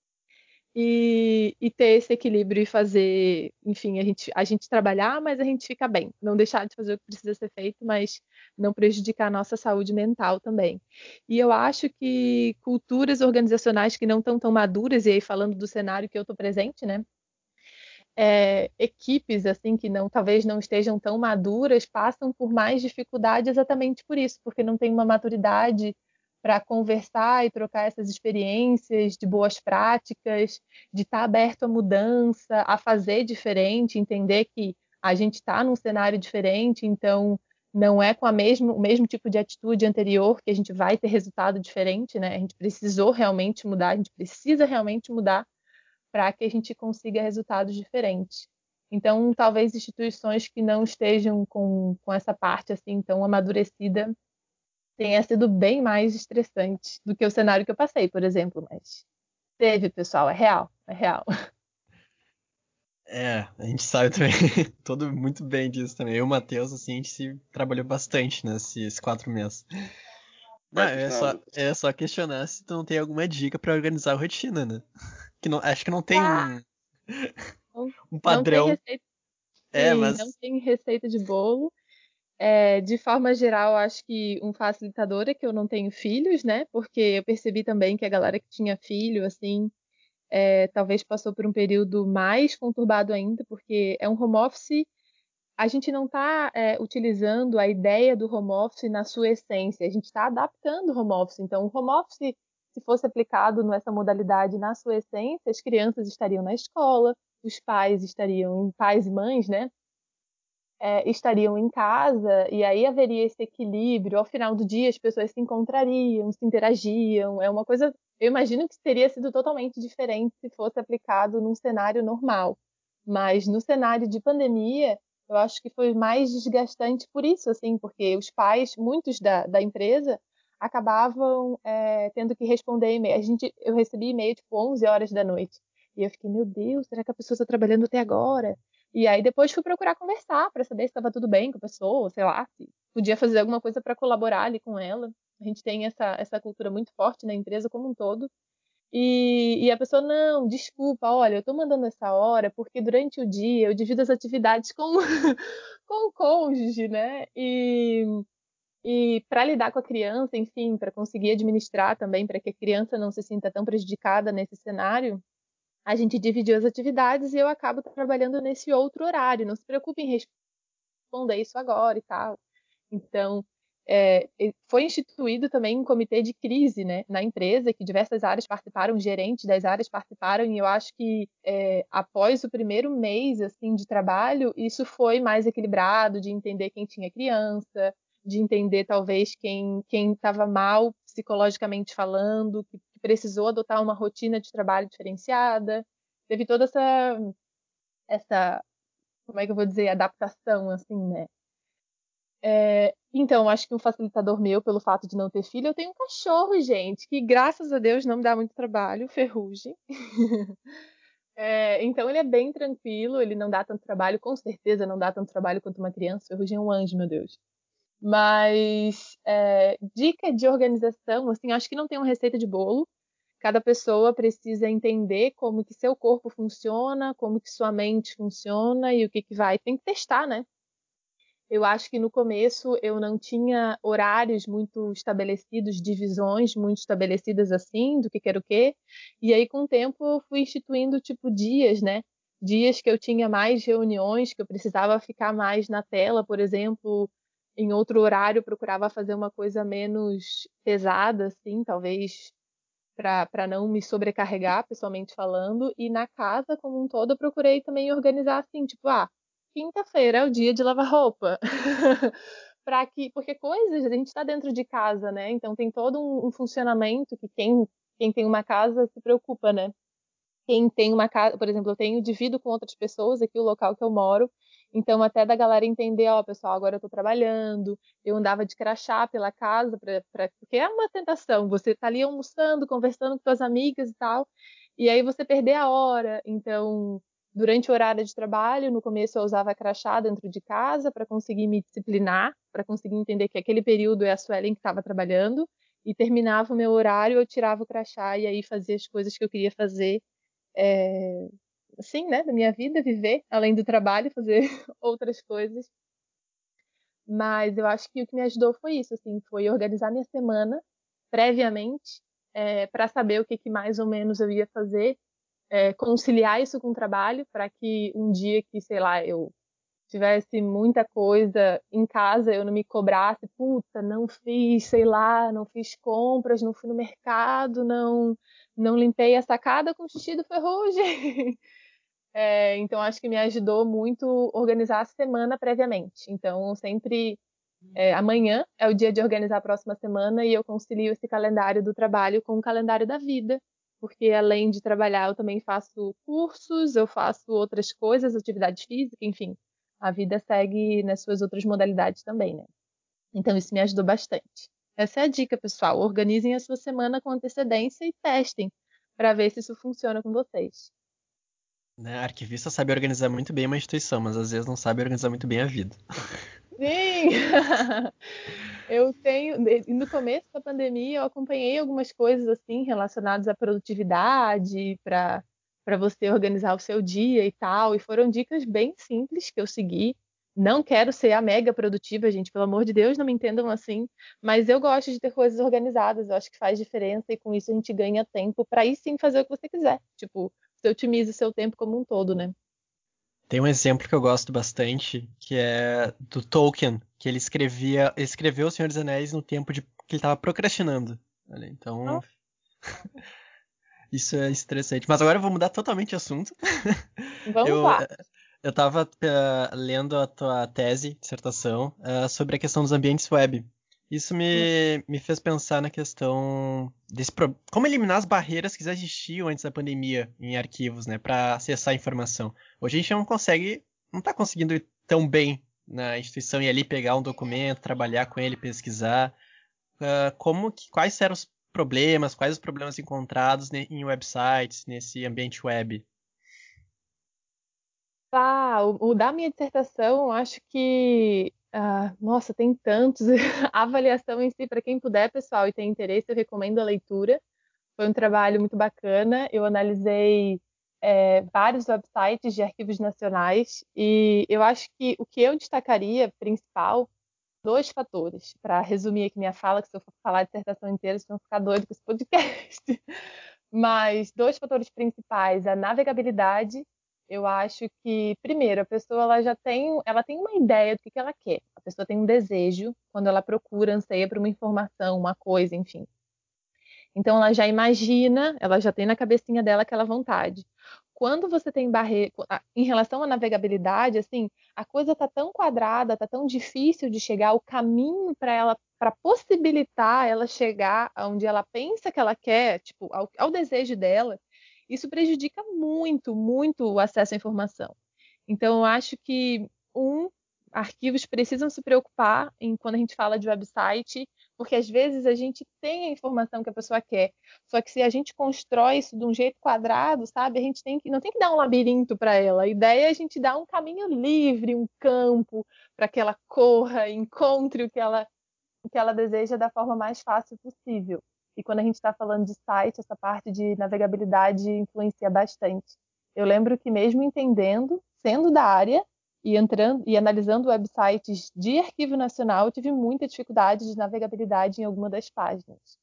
E, e ter esse equilíbrio e fazer, enfim, a gente, a gente trabalhar, mas a gente fica bem. Não deixar de fazer o que precisa ser feito, mas não prejudicar a nossa saúde mental também. E eu acho que culturas organizacionais que não estão tão maduras, e aí falando do cenário que eu estou presente, né? É, equipes assim que não talvez não estejam tão maduras passam por mais dificuldade exatamente por isso, porque não tem uma maturidade para conversar e trocar essas experiências de boas práticas, de estar aberto à mudança, a fazer diferente, entender que a gente está num cenário diferente, então não é com a mesmo, o mesmo tipo de atitude anterior que a gente vai ter resultado diferente, né? A gente precisou realmente mudar, a gente precisa realmente mudar para que a gente consiga resultados diferentes. Então, talvez instituições que não estejam com, com essa parte assim tão amadurecida tenha sido bem mais estressante do que o cenário que eu passei, por exemplo. Mas teve, pessoal, é real, é real. É, a gente sabe também todo muito bem disso também. Eu e o Matheus, assim, a gente se trabalhou bastante nesses quatro meses. Não, Pode é continuar, só, Lucas. é só questionar se tu não tem alguma dica pra organizar a rotina, né? Que não, acho que não tem Ah, um, não, um não tem padrão. receita, É, sim, não mas tem receita de bolo. É, de forma geral, acho que um facilitador é que eu não tenho filhos, né? Porque eu percebi também que a galera que tinha filho, assim, é, talvez passou por um período mais conturbado ainda, porque é um home office. A gente não está é, utilizando a ideia do home office na sua essência, a gente está adaptando o home office. Então, o home office, se fosse aplicado nessa modalidade na sua essência, as crianças estariam na escola, os pais estariam, pais e mães, né? É, estariam em casa, e aí haveria esse equilíbrio. Ao final do dia, as pessoas se encontrariam, se interagiam. É uma coisa, eu imagino que teria sido totalmente diferente se fosse aplicado num cenário normal. Mas no cenário de pandemia, eu acho que foi mais desgastante por isso, assim, porque os pais, muitos da, da empresa, acabavam é, tendo que responder e-mail. A gente, eu recebi e-mail tipo onze horas da noite. E eu fiquei, meu Deus, será que a pessoa está trabalhando até agora? E aí depois fui procurar conversar para saber se estava tudo bem com a pessoa, sei lá, se podia fazer alguma coisa para colaborar ali com ela. A gente tem essa, essa cultura muito forte na empresa como um todo. E, e a pessoa, não, desculpa, olha, eu estou mandando essa hora porque durante o dia eu divido as atividades com, com o cônjuge, né? E, e para lidar com a criança, enfim, para conseguir administrar também, para que a criança não se sinta tão prejudicada nesse cenário, a gente dividiu as atividades e eu acabo trabalhando nesse outro horário. Não se preocupe em responder isso agora e tal. Então, é, foi instituído também um comitê de crise, né, na empresa, que diversas áreas participaram, gerentes das áreas participaram, e eu acho que é, após o primeiro mês assim de trabalho, isso foi mais equilibrado, de entender quem tinha criança, de entender talvez quem quem estava mal psicologicamente falando, que, que precisou adotar uma rotina de trabalho diferenciada. Teve toda essa essa, como é que eu vou dizer, adaptação assim, né? É, então, acho que um facilitador meu, pelo fato de não ter filho, eu tenho um cachorro, gente, que graças a Deus não me dá muito trabalho, Ferrugem. É, então, ele é bem tranquilo, ele não dá tanto trabalho, com certeza não dá tanto trabalho quanto uma criança. Ferrugem é um anjo, meu Deus. Mas, é, dica de organização, assim, acho que não tem uma receita de bolo. Cada pessoa precisa entender como que seu corpo funciona, como que sua mente funciona e o que que vai. Tem que testar, né? Eu acho que no começo eu não tinha horários muito estabelecidos, divisões muito estabelecidas assim, do que que era o quê. E aí, com o tempo, eu fui instituindo, tipo, dias, né? Dias que eu tinha mais reuniões, que eu precisava ficar mais na tela, por exemplo. Em outro horário, eu procurava fazer uma coisa menos pesada, assim, talvez para não me sobrecarregar, pessoalmente falando. E na casa, como um todo, eu procurei também organizar assim, tipo, ah, quinta-feira é o dia de lavar roupa. Para que, porque coisas, a gente está dentro de casa, né? Então tem todo um, um funcionamento que quem, quem tem uma casa se preocupa, né? Quem tem uma casa, por exemplo, eu tenho divido com outras pessoas aqui o local que eu moro, então até da galera entender, ó, pessoal, agora eu tô trabalhando, eu andava de crachá pela casa, pra, pra, porque é uma tentação, você tá ali almoçando, conversando com suas amigas e tal, e aí você perder a hora, então durante o horário de trabalho, no começo eu usava crachá dentro de casa para conseguir me disciplinar, para conseguir entender que aquele período é a Suelen que estava trabalhando, e terminava o meu horário, eu tirava o crachá e aí fazia as coisas que eu queria fazer, é, assim, né, da minha vida, viver, além do trabalho, fazer outras coisas. Mas eu acho que o que me ajudou foi isso, assim, foi organizar minha semana previamente, é, para saber o que, que mais ou menos eu ia fazer, é, conciliar isso com o trabalho, para que um dia que, sei lá, eu tivesse muita coisa em casa, eu não me cobrasse, puta, não fiz, sei lá, não fiz compras, não fui no mercado, não, não limpei a sacada com xixi do ferrugem. É, então, acho que me ajudou muito organizar a semana previamente. Então, sempre, é, amanhã é o dia de organizar a próxima semana e eu concilio esse calendário do trabalho com o calendário da vida, porque além de trabalhar, eu também faço cursos, eu faço outras coisas, atividade física, enfim, a vida segue nas suas outras modalidades também, né? Então, isso me ajudou bastante. Essa é a dica, pessoal. Organizem a sua semana com antecedência e testem para ver se isso funciona com vocês. Né? Arquivista sabe organizar muito bem uma instituição, mas às vezes não sabe organizar muito bem a vida. Sim! Eu tenho, no começo da pandemia, eu acompanhei algumas coisas assim relacionadas à produtividade, para para você organizar o seu dia e tal, e foram dicas bem simples que eu segui. Não quero ser a mega produtiva, gente, pelo amor de Deus, não me entendam assim, mas eu gosto de ter coisas organizadas, eu acho que faz diferença e com isso a gente ganha tempo para aí sim fazer o que você quiser. Tipo, você otimiza o seu tempo como um todo, né? Tem um exemplo que eu gosto bastante, que é do Tolkien, que ele escrevia, ele escreveu O Senhor dos Anéis no tempo de, que ele estava procrastinando. Olha, então, isso é interessante. Mas agora eu vou mudar totalmente de assunto. Vamos Eu, lá. eu estava uh, lendo a tua tese, dissertação, uh, sobre a questão dos ambientes web. Isso me, me fez pensar na questão desse pro... como eliminar as barreiras que já existiam antes da pandemia em arquivos, né, para acessar a informação. Hoje a gente não consegue, não está conseguindo ir tão bem na instituição e ali pegar um documento, trabalhar com ele, pesquisar. Uh, como que, quais eram os problemas, quais os problemas encontrados ne, em websites, nesse ambiente web? Ah, o, o da minha dissertação, acho que, ah, nossa, tem tantos. A avaliação em si, para quem puder, pessoal, e tem interesse, eu recomendo a leitura. Foi um trabalho muito bacana. Eu analisei, é, vários websites de arquivos nacionais e eu acho que o que eu destacaria, principal, dois fatores, para resumir aqui minha fala, que se eu for falar a dissertação inteira, vocês vão ficar doidos com esse podcast. Mas dois fatores principais, a navegabilidade. Eu acho que, primeiro, a pessoa ela já tem, ela tem uma ideia do que, que ela quer. A pessoa tem um desejo quando ela procura, anseia por uma informação, uma coisa, enfim. Então ela já imagina, ela já tem na cabecinha dela aquela vontade. Quando você tem barreira, em relação à navegabilidade, assim, a coisa tá tão quadrada, tá tão difícil de chegar, o caminho para ela, para possibilitar ela chegar aonde ela pensa que ela quer, tipo, ao, ao desejo dela, isso prejudica muito, muito o acesso à informação. Então, eu acho que, um, arquivos precisam se preocupar em quando a gente fala de website, porque às vezes a gente tem a informação que a pessoa quer, só que se a gente constrói isso de um jeito quadrado, sabe, a gente tem que, não tem que dar um labirinto para ela, a ideia é a gente dar um caminho livre, um campo, para que ela corra, encontre o que ela, o que ela deseja da forma mais fácil possível. E quando a gente está falando de site, essa parte de navegabilidade influencia bastante. Eu lembro que mesmo entendendo, sendo da área, e entrando e analisando websites de arquivo nacional, eu tive muita dificuldade de navegabilidade em alguma das páginas.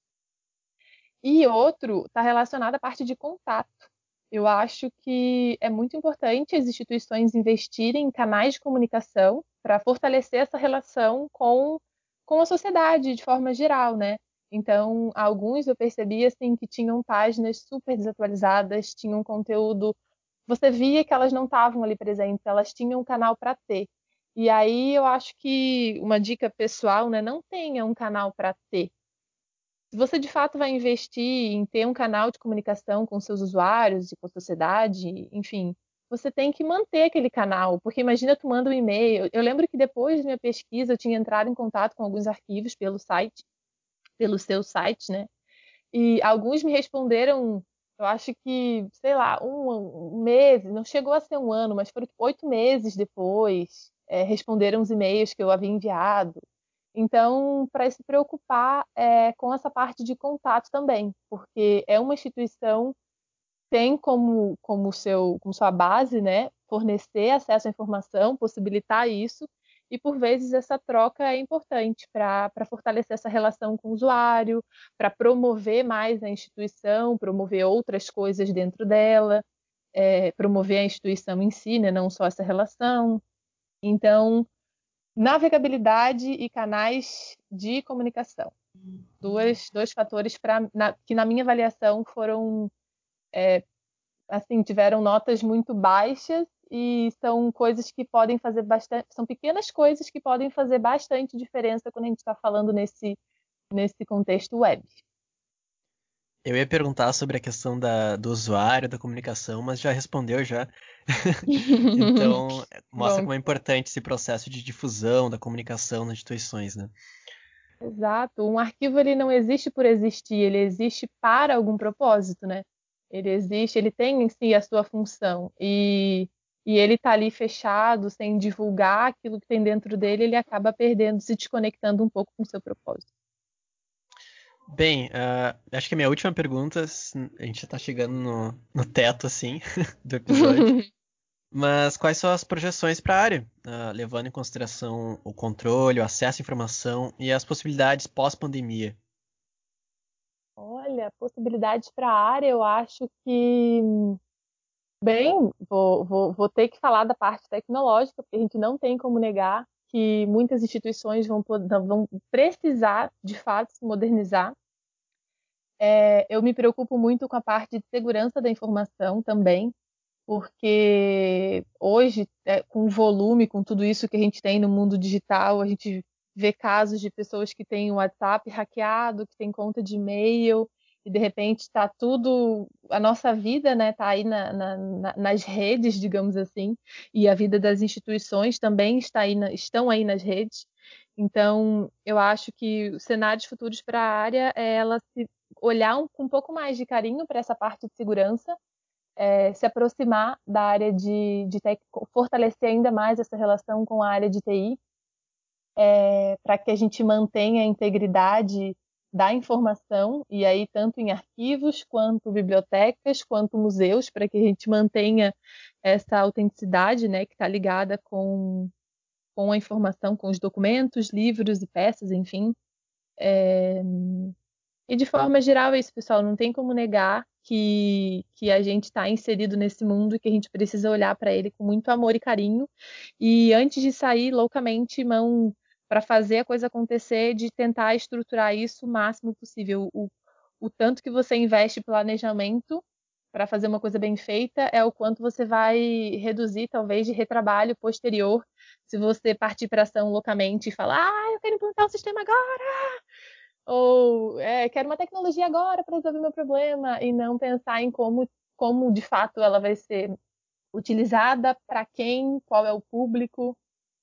E outro está relacionado à parte de contato. Eu acho que é muito importante as instituições investirem em canais de comunicação para fortalecer essa relação com, com a sociedade de forma geral, né? Então, alguns eu percebi assim que tinham páginas super desatualizadas, tinham conteúdo, você via que elas não estavam ali presentes, elas tinham um canal para ter. E aí eu acho que uma dica pessoal, né, não tenha um canal para ter. Se você de fato vai investir em ter um canal de comunicação com seus usuários e com a sociedade, enfim, você tem que manter aquele canal, porque imagina tu manda um e-mail. Eu lembro que depois da minha pesquisa eu tinha entrado em contato com alguns arquivos pelo site, pelo seu site, né? E alguns me responderam Eu acho que, sei lá, um, um mês, não chegou a ser um ano, mas foram tipo, oito meses depois, é, responderam os e-mails que eu havia enviado. Então, para se preocupar é, com essa parte de contato também, porque é uma instituição tem como, como, seu, como sua base, né, fornecer acesso à informação, possibilitar isso, e por vezes essa troca é importante para fortalecer essa relação com o usuário, para promover mais a instituição, promover outras coisas dentro dela, é, promover a instituição em si, né, não só essa relação. Então, navegabilidade e canais de comunicação. Duas, dois fatores pra, na, que, na minha avaliação, foram é, assim, tiveram notas muito baixas e são coisas que podem fazer bastante, são pequenas coisas que podem fazer bastante diferença quando a gente está falando nesse, nesse contexto web. Eu ia perguntar sobre a questão da, do usuário, da comunicação, mas já respondeu já. Então, mostra Bom, como é importante esse processo de difusão da comunicação nas instituições, né? exato. Um arquivo ele não existe por existir, ele existe para algum propósito, né? Ele existe, ele tem em si a sua função e, e ele está ali fechado, sem divulgar aquilo que tem dentro dele, ele acaba perdendo, se desconectando um pouco com o seu propósito. Bem, uh, acho que a minha última pergunta, a gente já tá chegando no, no teto, assim, do episódio. Mas quais são as projeções para a área, uh, levando em consideração o controle, o acesso à informação e as possibilidades pós-pandemia? Olha, possibilidades para a área, eu acho que, bem, vou, vou, vou ter que falar da parte tecnológica, porque a gente não tem como negar que muitas instituições vão, vão precisar, de fato, se modernizar. É, eu me preocupo muito com a parte de segurança da informação também, porque hoje, é, com o volume, com tudo isso que a gente tem no mundo digital, a gente vê casos de pessoas que têm o WhatsApp hackeado, que têm conta de e-mail, e de repente está tudo, a nossa vida, né, está aí na, na, na, nas redes, digamos assim, e a vida das instituições também está aí na, estão aí nas redes. Então, eu acho que os cenários futuros para a área é ela se olhar um, com um pouco mais de carinho para essa parte de segurança, é, se aproximar da área de, de tech, fortalecer ainda mais essa relação com a área de T I, é, para que a gente mantenha a integridade da informação, e aí tanto em arquivos, quanto bibliotecas, quanto museus, para que a gente mantenha essa autenticidade, né, que está ligada com, com a informação, com os documentos, livros e peças, enfim. É, e de forma geral é isso, pessoal. Não tem como negar que, que a gente está inserido nesse mundo e que a gente precisa olhar para ele com muito amor e carinho. E antes de sair loucamente mão para fazer a coisa acontecer, de tentar estruturar isso o máximo possível. O, o tanto que você investe em planejamento para fazer uma coisa bem feita é o quanto você vai reduzir, talvez, de retrabalho posterior, se você partir para ação loucamente e falar, ah, eu quero implantar o sistema agora! Ou é, quero uma tecnologia agora para resolver meu problema, e não pensar em como, como de fato ela vai ser utilizada, para quem, qual é o público.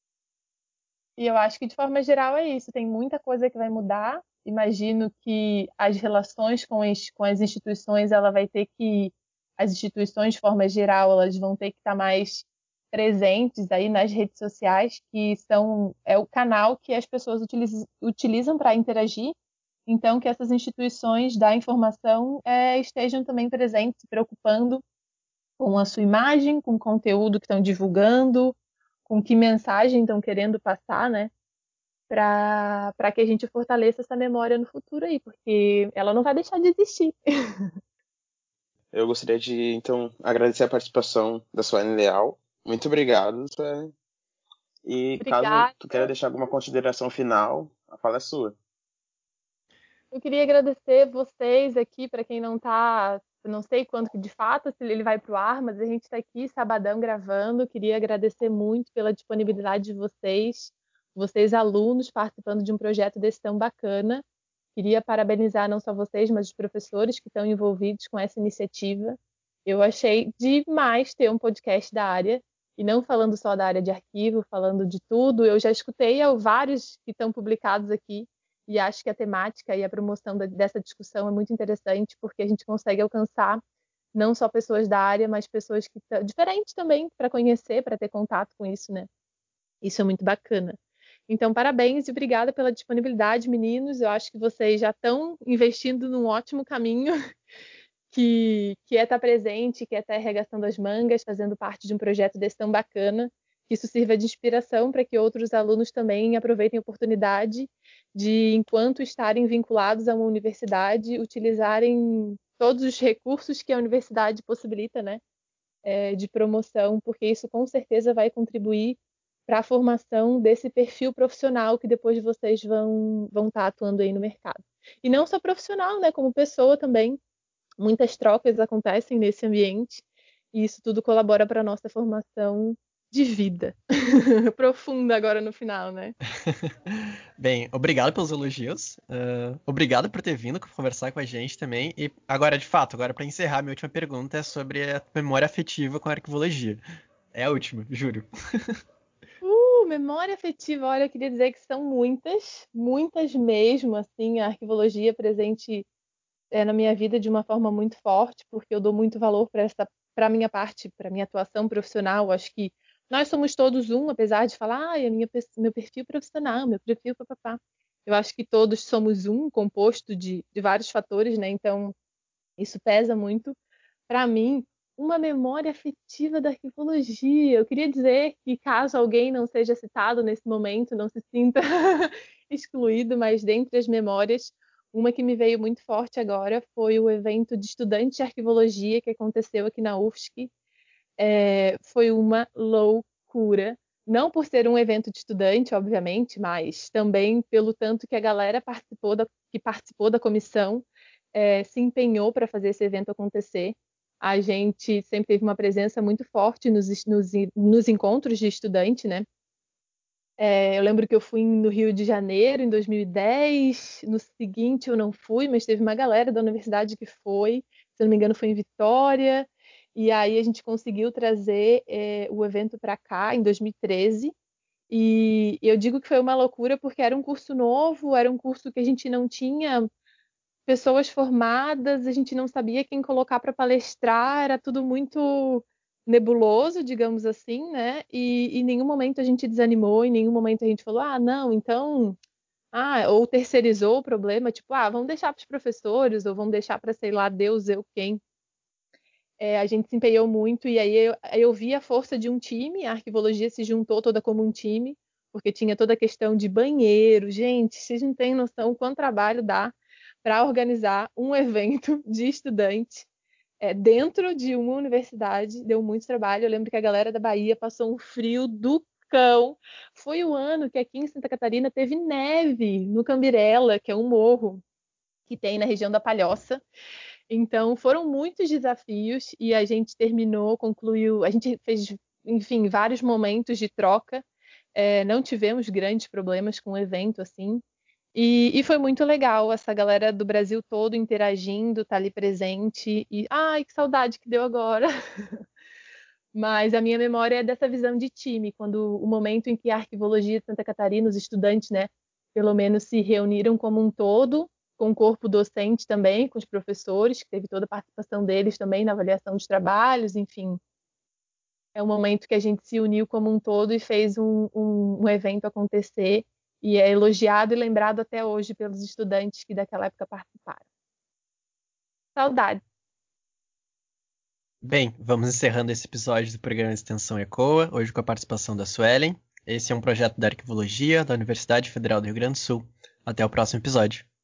E eu acho que de forma geral é isso. Tem muita coisa que vai mudar. Imagino que as relações com as, com as instituições, ela vai ter que, as instituições de forma geral, elas vão ter que estar mais presentes aí nas redes sociais, que são é o canal que as pessoas utilizam, utilizam para interagir. Então, que essas instituições da informação é, estejam também presentes, se preocupando com a sua imagem, com o conteúdo que estão divulgando, com que mensagem estão querendo passar, né? Para que a gente fortaleça essa memória no futuro aí, porque ela não vai deixar de existir. Eu gostaria de, então, agradecer a participação da Suelen Leal. Muito obrigado, Suelen. E caso Obrigada. tu queira deixar alguma consideração final, a fala é sua. Eu queria agradecer vocês aqui, para quem não está, não sei quando que de fato se ele vai para o ar, mas a gente está aqui sabadão gravando. Queria agradecer muito pela disponibilidade de vocês, vocês alunos participando de um projeto desse tão bacana. Queria parabenizar não só vocês, mas os professores que estão envolvidos com essa iniciativa. Eu achei demais ter um podcast da área, e não falando só da área de arquivo, falando de tudo. Eu já escutei vários que estão publicados aqui, e acho que a temática e a promoção dessa discussão é muito interessante, porque a gente consegue alcançar não só pessoas da área, mas pessoas que diferentes também para conhecer, para ter contato com isso, né? Isso é muito bacana. Então, parabéns e obrigada pela disponibilidade, meninos. Eu acho que vocês já estão investindo num ótimo caminho, que, que é estar presente, que é estar arregaçando as mangas, fazendo parte de um projeto desse tão bacana, que isso sirva de inspiração para que outros alunos também aproveitem a oportunidade de, enquanto estarem vinculados a uma universidade, utilizarem todos os recursos que a universidade possibilita, né, é, de promoção, porque isso com certeza vai contribuir para a formação desse perfil profissional que depois vocês vão vão estar atuando aí no mercado. E não só profissional, né, como pessoa também. Muitas trocas acontecem nesse ambiente e isso tudo colabora para a nossa formação de vida. Profunda agora no final, né? Bem, obrigado pelos elogios. Uh, obrigado por ter vindo conversar com a gente também. E agora, de fato, agora para encerrar, minha última pergunta é sobre a memória afetiva com a arquivologia. É a última, juro. Uh, memória afetiva, olha, eu queria dizer que são muitas, muitas mesmo, assim, a arquivologia presente é, na minha vida de uma forma muito forte, porque eu dou muito valor para essa, para a minha parte, para a minha atuação profissional. Acho que nós somos todos um, apesar de falar, ah, a minha, meu perfil profissional, meu perfil papapá. Eu acho que todos somos um, composto de, de vários fatores, né? Então, isso pesa muito. Para mim, uma memória afetiva da arquivologia. Eu queria dizer que, caso alguém não seja citado nesse momento, não se sinta excluído, mas dentre as memórias, uma que me veio muito forte agora foi o evento de estudantes de arquivologia que aconteceu aqui na U F S C. É, foi uma loucura. Não por ser um evento de estudante, obviamente, mas também pelo tanto que a galera participou da, que participou da comissão é, se empenhou para fazer esse evento acontecer. A gente sempre teve uma presença muito forte nos, nos, nos encontros de estudante, né? É, eu lembro que eu fui no Rio de Janeiro em dois mil e dez, no seguinte eu não fui, mas teve uma galera da universidade que foi, se não me engano foi em Vitória, e aí a gente conseguiu trazer é, o evento para cá em dois mil e treze, e eu digo que foi uma loucura porque era um curso novo, era um curso que a gente não tinha pessoas formadas, a gente não sabia quem colocar para palestrar, era tudo muito nebuloso, digamos assim, né? E em nenhum momento a gente desanimou, em nenhum momento a gente falou, ah, não, então, ah, ou terceirizou o problema, tipo, ah, vamos deixar para os professores, ou vamos deixar para, sei lá, Deus, eu, quem. É, a gente se empenhou muito, e aí eu, eu vi a força de um time, a arquivologia se juntou toda como um time, porque tinha toda a questão de banheiro, gente, vocês não têm noção o quanto trabalho dá para organizar um evento de estudante é, dentro de uma universidade. Deu muito trabalho. Eu lembro que a galera da Bahia passou um frio do cão. Foi o ano que aqui em Santa Catarina teve neve no Cambirela, que é um morro que tem na região da Palhoça. Então foram muitos desafios e a gente terminou, concluiu, a gente fez, enfim, vários momentos de troca. É, não tivemos grandes problemas com o evento assim. E, e foi muito legal essa galera do Brasil todo interagindo, tá ali presente. E ai, que saudade que deu agora. Mas a minha memória é dessa visão de time, quando o momento em que a arquivologia de Santa Catarina, os estudantes, né, pelo menos se reuniram como um todo, com o corpo docente também, com os professores, que teve toda a participação deles também na avaliação dos trabalhos, enfim. É um momento que a gente se uniu como um todo e fez um, um, um evento acontecer e é elogiado e lembrado até hoje pelos estudantes que daquela época participaram. Saudades. Bem, vamos encerrando esse episódio do programa Extensão ECOA, hoje com a participação da Suelen. Esse é um projeto da Arquivologia da Universidade Federal do Rio Grande do Sul. Até o próximo episódio.